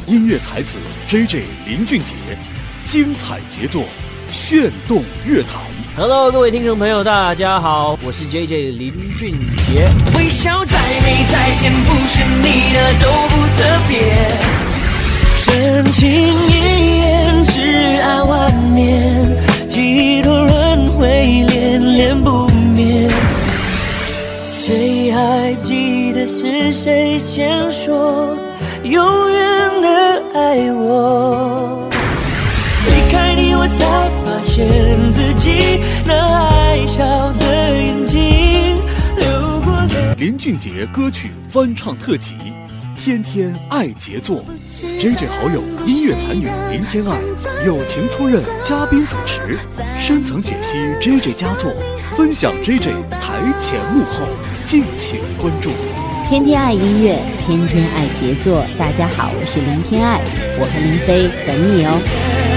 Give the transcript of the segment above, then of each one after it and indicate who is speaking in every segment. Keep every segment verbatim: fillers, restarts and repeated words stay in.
Speaker 1: 音乐才子 J J 林俊杰，精彩杰作，炫动乐坛。
Speaker 2: Hello， 各位听众朋友，大家好，我是 J J 林俊杰。
Speaker 3: 微笑再美再甜，不是你的都不特别。深情一眼，挚爱万年，几多轮回，恋恋不灭。谁还记得是谁先说永远的爱我？离开你，我才发现自己那爱笑的眼睛流过泪。
Speaker 1: 林俊杰歌曲翻唱特辑，天天爱杰作。J J 好友音乐才女林天爱友情出任嘉宾主持，深层解析 J J 佳作，分享 J J 台前幕后，敬请关注。
Speaker 4: 天天爱音乐，天天爱杰作。大家好，我是林天爱，我和林飞等你哦。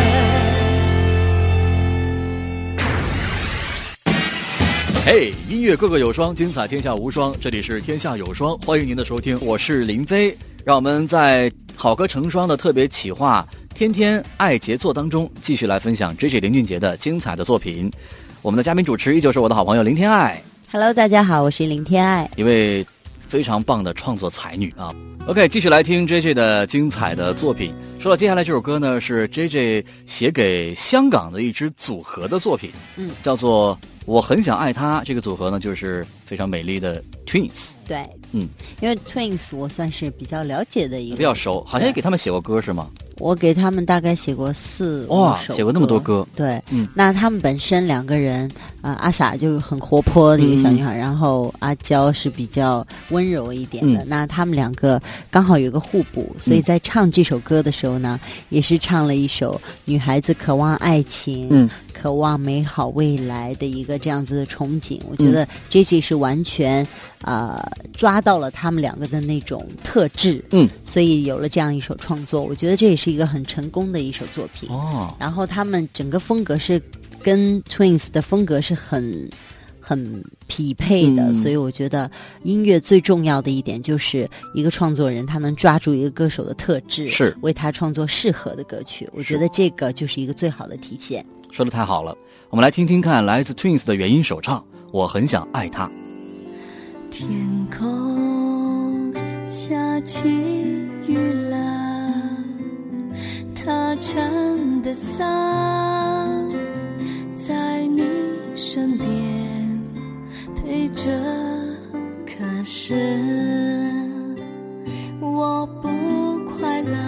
Speaker 1: 嘿、hey, 音乐个个有双，精彩天下无双。这里是天下有双，欢迎您的收听，我是林飞。让我们在好歌成双的特别企划天天爱杰作当中，继续来分享 J J 林俊杰的精彩的作品。我们的嘉宾主持依旧是我的好朋友林天爱。
Speaker 4: Hello， 大家好，我是林天爱，
Speaker 1: 一位非常棒的创作才女啊。OK， 继续来听 J J 的精彩的作品。说到接下来这首歌呢，是 J J 写给香港的一支组合的作品，嗯，叫做我很想爱他。这个组合呢，就是非常美丽的 Twins。
Speaker 4: 对，
Speaker 1: 嗯，
Speaker 4: 因为 Twins 我算是比较了解的一个，
Speaker 1: 比较熟，好像也给他们写过歌是吗？
Speaker 4: 我给他们大概写过四
Speaker 1: 哇，
Speaker 4: 五首歌，
Speaker 1: 写过那么多歌。
Speaker 4: 对，
Speaker 1: 嗯，
Speaker 4: 那他们本身两个人，呃，阿洒就是很活泼的一个小女孩，嗯、然后阿娇是比较温柔一点的。嗯、那他们两个刚好有个互补，所以在唱这首歌的时候呢，嗯、也是唱了一首女孩子渴望爱情，嗯，渴望美好未来的一个这样子的憧憬。我觉得 J J 是完全呃抓到了他们两个的那种特质，嗯，所以有了这样一首创作。我觉得这也是一个很成功的一首作品哦。然后他们整个风格是跟 Twins 的风格是很很匹配的、嗯、所以我觉得音乐最重要的一点就是一个创作人他能抓住一个歌手的特质，是为他创作适合的歌曲。我觉得这个就是一个最好的体现。
Speaker 1: 说得太好了，我们来听听看来自 Twins 的原音首唱，我很想爱他。
Speaker 3: 天空下起雨了，他撑的伞在你身边陪着，可是我不快乐，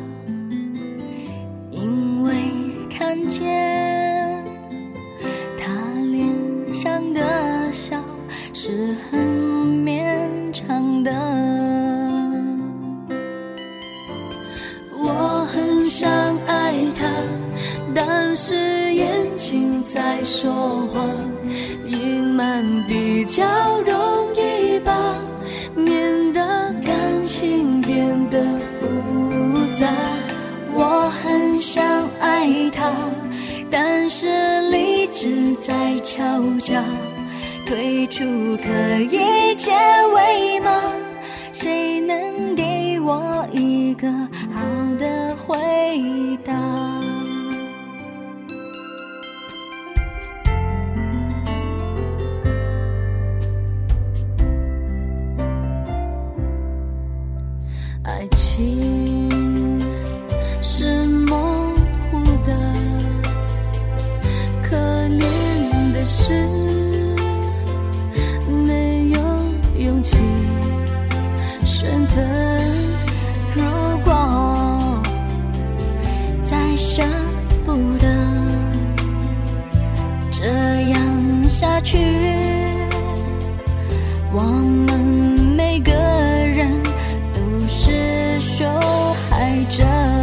Speaker 3: 因为看见他脸上的笑是很绵长的。我很想爱他，但是眼睛在说谎，隐瞒比较容易吧，免得感情变得复杂。我很想爱他，但是理智在敲诈，退出可以结尾吗？谁能给我一个好的回答？爱情是模糊的，可怜的是没有勇气选择。如果再舍不得这样下去，我们每个人都是受害者。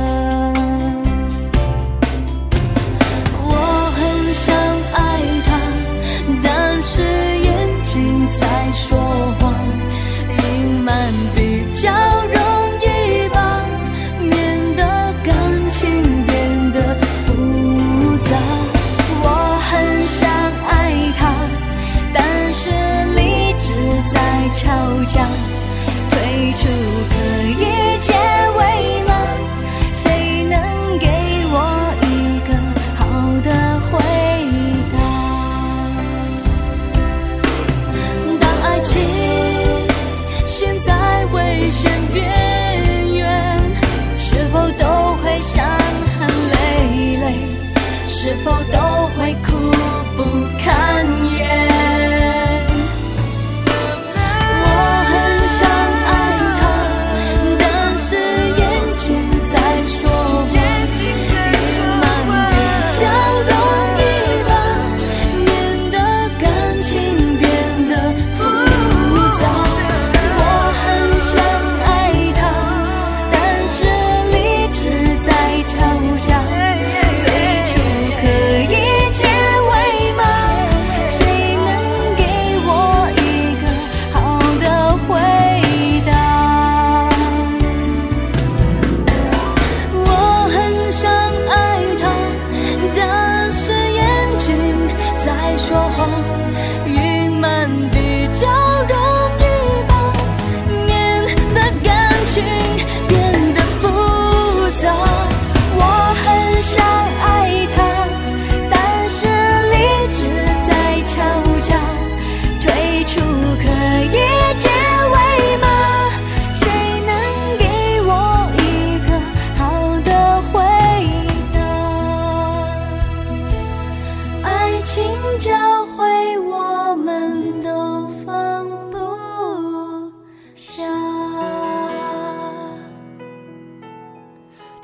Speaker 3: 我很想爱他，但是眼睛在说谎，隐瞒比较容易吧，免得感情变得复杂。我很想爱他，但是理智在吵架，退出可以结尾吗？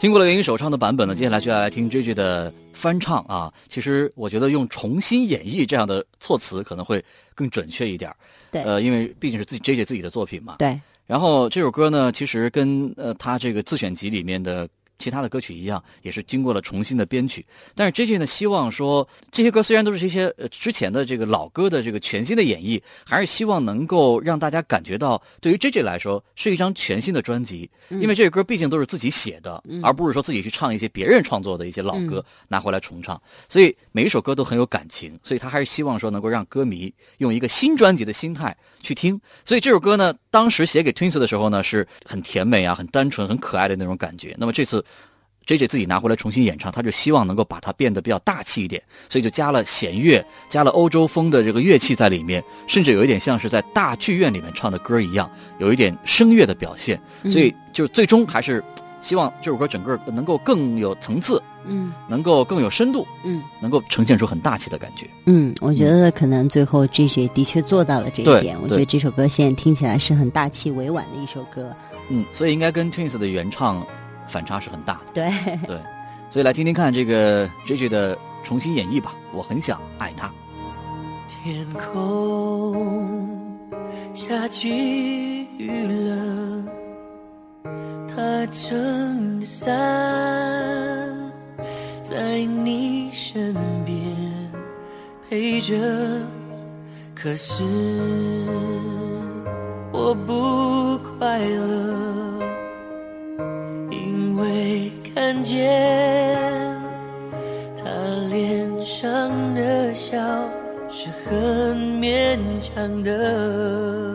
Speaker 1: 听过了原音首唱的版本呢，接下来就要来听 J J 的翻唱啊。其实我觉得用重新演绎这样的措辞可能会更准确一点。
Speaker 4: 对，
Speaker 1: 呃，因为毕竟是自己 J J 自己的作品嘛。
Speaker 4: 对。
Speaker 1: 然后这首歌呢，其实跟呃他这个自选集里面的其他的歌曲一样，也是经过了重新的编曲。但是 J J 呢，希望说这些歌虽然都是一些呃之前的这个老歌的这个全新的演绎，还是希望能够让大家感觉到，对于 J J 来说是一张全新的专辑。嗯、因为这些歌毕竟都是自己写的、嗯，而不是说自己去唱一些别人创作的一些老歌、嗯、拿回来重唱。所以每一首歌都很有感情，所以他还是希望说能够让歌迷用一个新专辑的心态去听。所以这首歌呢，当时写给 Twins 的时候呢，是很甜美啊、很单纯、很可爱的那种感觉。那么这次J J 自己拿回来重新演唱，他就希望能够把它变得比较大气一点，所以就加了弦乐，加了欧洲风的这个乐器在里面，甚至有一点像是在大剧院里面唱的歌一样，有一点声乐的表现。所以就最终还是希望这首歌整个能够更有层次，嗯，能够更有深度，嗯，能够呈现出很大气的感觉。
Speaker 4: 嗯，我觉得可能最后 J J 的确做到了这一点。我觉得这首歌现在听起来是很大气委婉的一首歌。
Speaker 1: 嗯，所以应该跟 Twins 的原唱反差是很大的。
Speaker 4: 对
Speaker 1: 对，所以来听听看这个 J J 的重新演绎吧。我很想爱他。
Speaker 5: 天空下起雨了，他撑着伞在你身边陪着，可是我不快乐，因为看见他脸上的笑是很勉强的。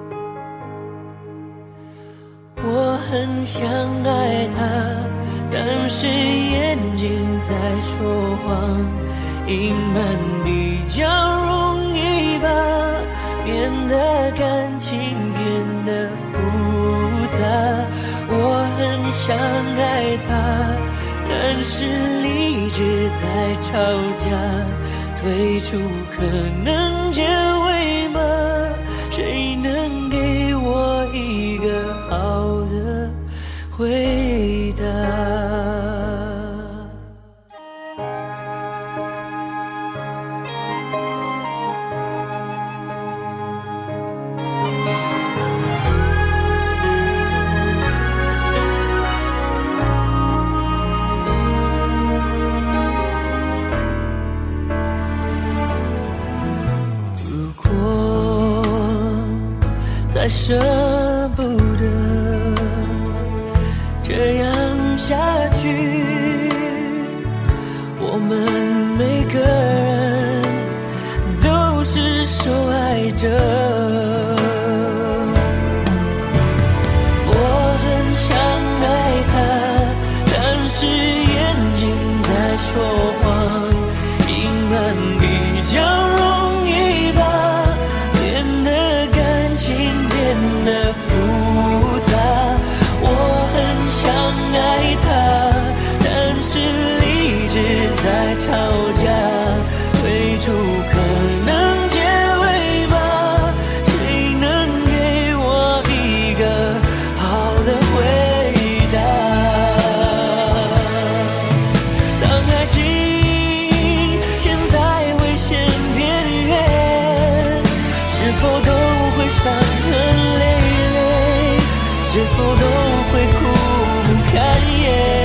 Speaker 5: 我很想爱他，但是眼睛在说谎，隐瞒比较容易吧，变得感情变得复杂。我很想爱他，但是理智在吵架，退出可能结尾吗？谁能给我一个好的回答？再舍不得这样下去，我们每个人都是受害者。我很想爱他，但是眼睛在说谎，隐瞒比较容易吧，变得感情变得复杂。我很想爱他，但是理智在吵架，退出可能结尾吗？谁能给我一个好的回答？当爱情现在危险边缘，是否都会伤痕累累？是否都会苦不堪言？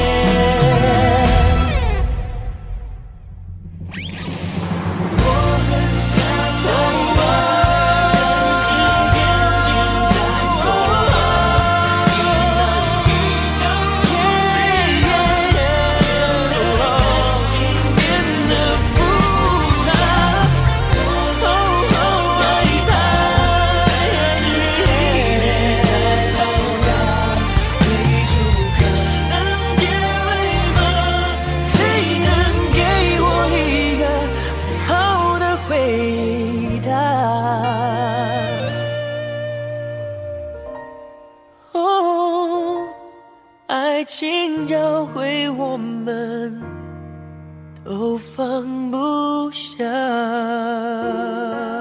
Speaker 5: 我很想爱他，但是眼睛在说谎，隐瞒比较容易吧，感情变得复杂。爱他，但是理智在吵架，退出可能结尾吗？谁能给我一个好的回答？哦，爱情教会我们都放不下。